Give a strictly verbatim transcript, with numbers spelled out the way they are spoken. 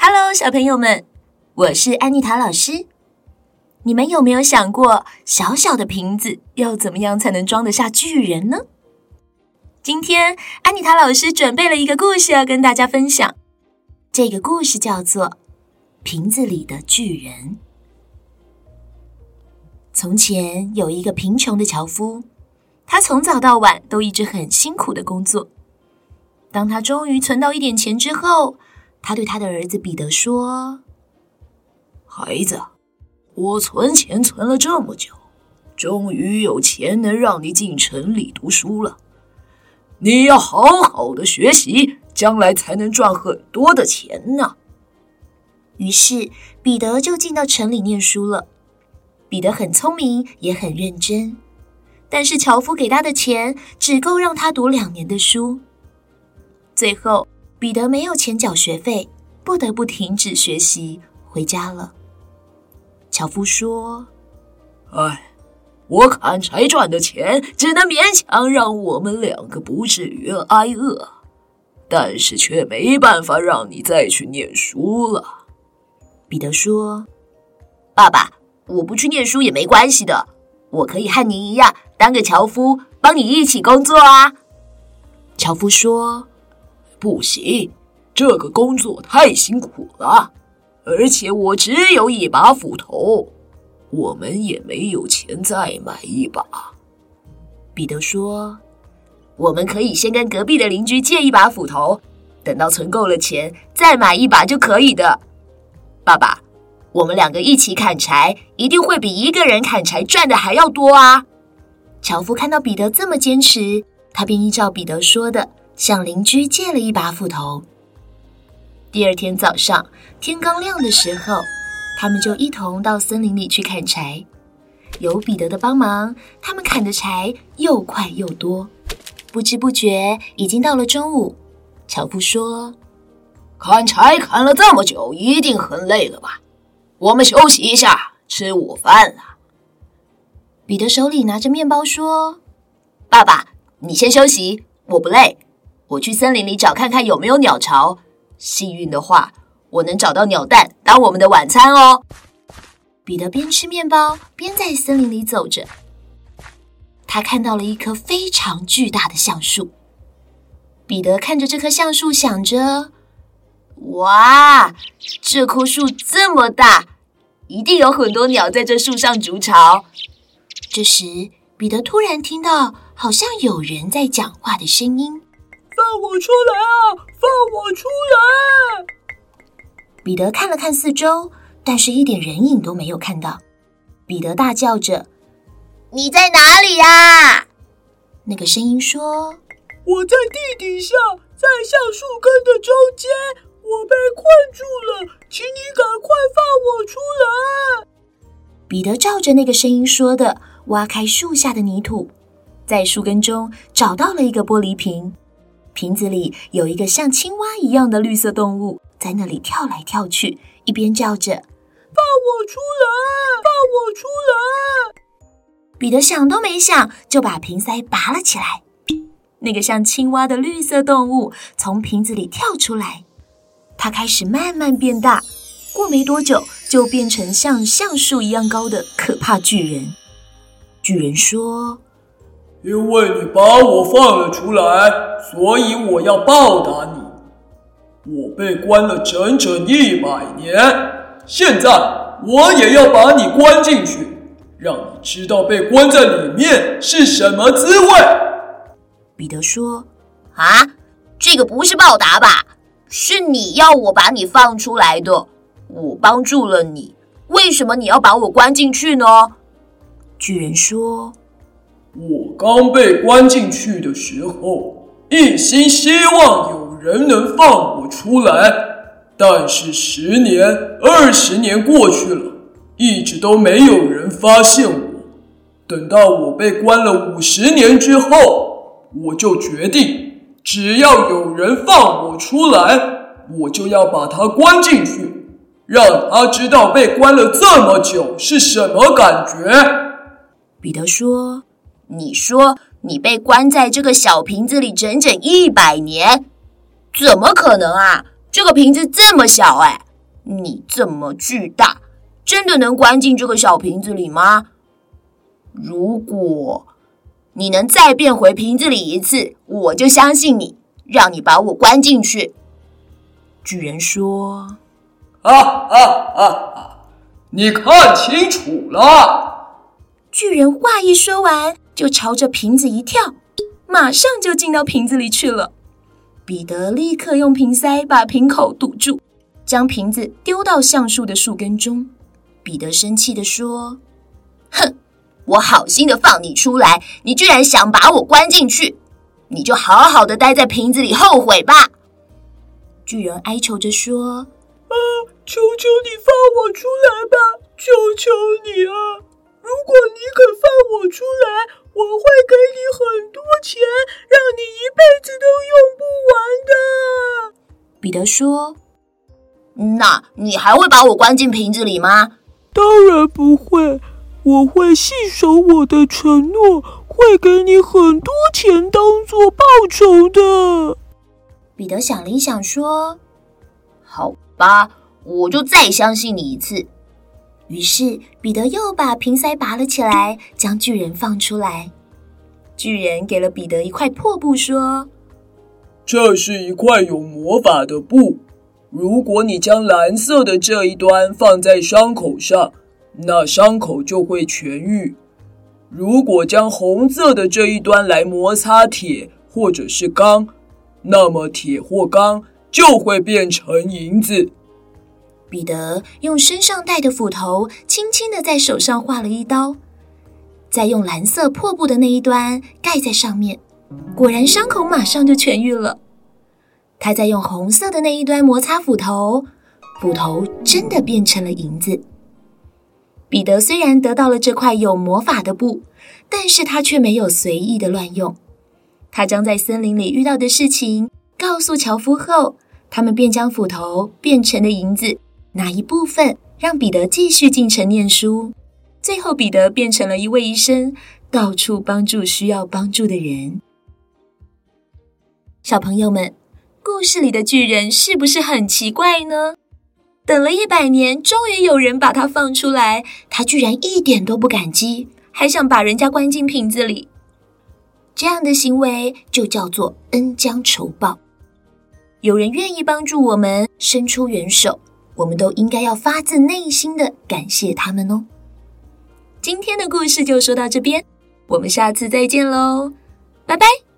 Hello， 小朋友们，我是安妮塔老师。你们有没有想过，小小的瓶子要怎么样才能装得下巨人呢？今天安妮塔老师准备了一个故事要跟大家分享。这个故事叫做《瓶子里的巨人》。从前有一个贫穷的樵夫，他从早到晚都一直很辛苦的工作。当他终于存到一点钱之后，他对他的儿子彼得说： 孩子，我存钱存了这么久，终于有钱能让你进城里读书了。你要好好的学习，将来才能赚很多的钱呢。 于是彼得就进到城里念书了。彼得很聪明，也很认真，但是樵夫给他的钱只够让他读两年的书。最后彼得没有钱缴学费，不得不停止学习，回家了。樵夫说： 哎，我砍柴赚的钱只能勉强让我们两个不至于挨饿，但是却没办法让你再去念书了。 彼得说：爸爸，我不去念书也没关系的，我可以和您一样当个樵夫，帮你一起工作啊。樵夫说： 不行，这个工作太辛苦了，而且我只有一把斧头，我们也没有钱再买一把。 彼得说：我们可以先跟隔壁的邻居借一把斧头，等到存够了钱再买一把就可以的。爸爸，我们两个一起砍柴，一定会比一个人砍柴赚的还要多啊。樵夫看到彼得这么坚持，他便依照彼得说的向邻居借了一把斧头。第二天早上，天刚亮的时候，他们就一同到森林里去砍柴。有彼得的帮忙，他们砍的柴又快又多，不知不觉已经到了中午。樵夫说： 砍柴砍了这么久，一定很累了吧？我们休息一下，吃午饭了。 彼得手里拿着面包说：爸爸，你先休息，我不累，我去森林里找看看有没有鸟巢，幸运的话，我能找到鸟蛋当我们的晚餐哦。彼得边吃面包边在森林里走着，他看到了一棵非常巨大的橡树。彼得看着这棵橡树，想着：哇，这棵树这么大，一定有很多鸟在这树上筑巢。这时彼得突然听到好像有人在讲话的声音： 放我出来啊！放我出来！ 彼得看了看四周，但是一点人影都没有看到。彼得大叫着：你在哪里呀？那个声音说： 我在地底下，在橡树根的中间，我被困住了，请你赶快放我出来。 彼得照着那个声音说的，挖开树下的泥土，在树根中找到了一个玻璃瓶，瓶子里有一个像青蛙一样的绿色动物，在那里跳来跳去，一边叫着： 放我出来！放我出来！ 彼得想都没想，就把瓶塞拔了起来。那个像青蛙的绿色动物从瓶子里跳出来，它开始慢慢变大，过没多久就变成像橡树一样高的可怕巨人。巨人说： 因为你把我放了出来，所以我要报答你。我被关了整整一百年，现在我也要把你关进去，让你知道被关在里面是什么滋味。 彼得说：啊，这个不是报答吧？是你要我把你放出来的，我帮助了你，为什么你要把我关进去呢？巨人说： 我刚被关进去的时候，一心希望有人能放我出来，但是十年、二十年过去了，一直都没有人发现我。等到我被关了五十年之后，我就决定，只要有人放我出来，我就要把他关进去，让他知道被关了这么久是什么感觉。 彼得说：你说你被关在这个小瓶子里整整一百年，怎么可能啊？这个瓶子这么小哎！ 你这么巨大，真的能关进这个小瓶子里吗？如果你能再变回瓶子里一次，我就相信你，让你把我关进去。”巨人说：“ 啊啊啊啊！你看清楚了。” 巨人话一说完，就朝着瓶子一跳，马上就进到瓶子里去了。彼得立刻用瓶塞把瓶口堵住，将瓶子丢到橡树的树根中。彼得生气地说：“哼，我好心的放你出来，你居然想把我关进去，你就好好的待在瓶子里后悔吧。”巨人哀求着说：“ 啊，求求你放我出来吧，求求你啊！如果你肯放我出来，我会给你很多钱，让你一辈子都用不完的。” 彼得说：“那你还会把我关进瓶子里吗？”“ 当然不会，我会信守我的承诺，会给你很多钱当作报酬的。” 彼得想了一想说：“好吧，我就再相信你一次。”于是彼得又把瓶塞拔了起来，将巨人放出来。巨人给了彼得一块破布说：“ 这是一块有魔法的布，如果你将蓝色的这一端放在伤口上，那伤口就会痊愈。如果将红色的这一端来摩擦铁或者是钢，那么铁或钢就会变成银子。” 彼得用身上带的斧头轻轻地在手上画了一刀，再用蓝色破布的那一端盖在上面，果然伤口马上就痊愈了。他再用红色的那一端摩擦斧头，斧头真的变成了银子。彼得虽然得到了这块有魔法的布，但是他却没有随意的乱用。他将在森林里遇到的事情告诉樵夫后，他们便将斧头变成的银子拿一部分让彼得继续进城念书。最后彼得变成了一位医生，到处帮助需要帮助的人。小朋友们，故事里的巨人是不是很奇怪呢？等了一百年，终于有人把他放出来，他居然一点都不感激，还想把人家关进瓶子里。这样的行为就叫做恩将仇报。有人愿意帮助我们，伸出援手，我们都应该要发自内心的感谢他们哦。今天的故事就说到这边，我们下次再见喽，拜拜。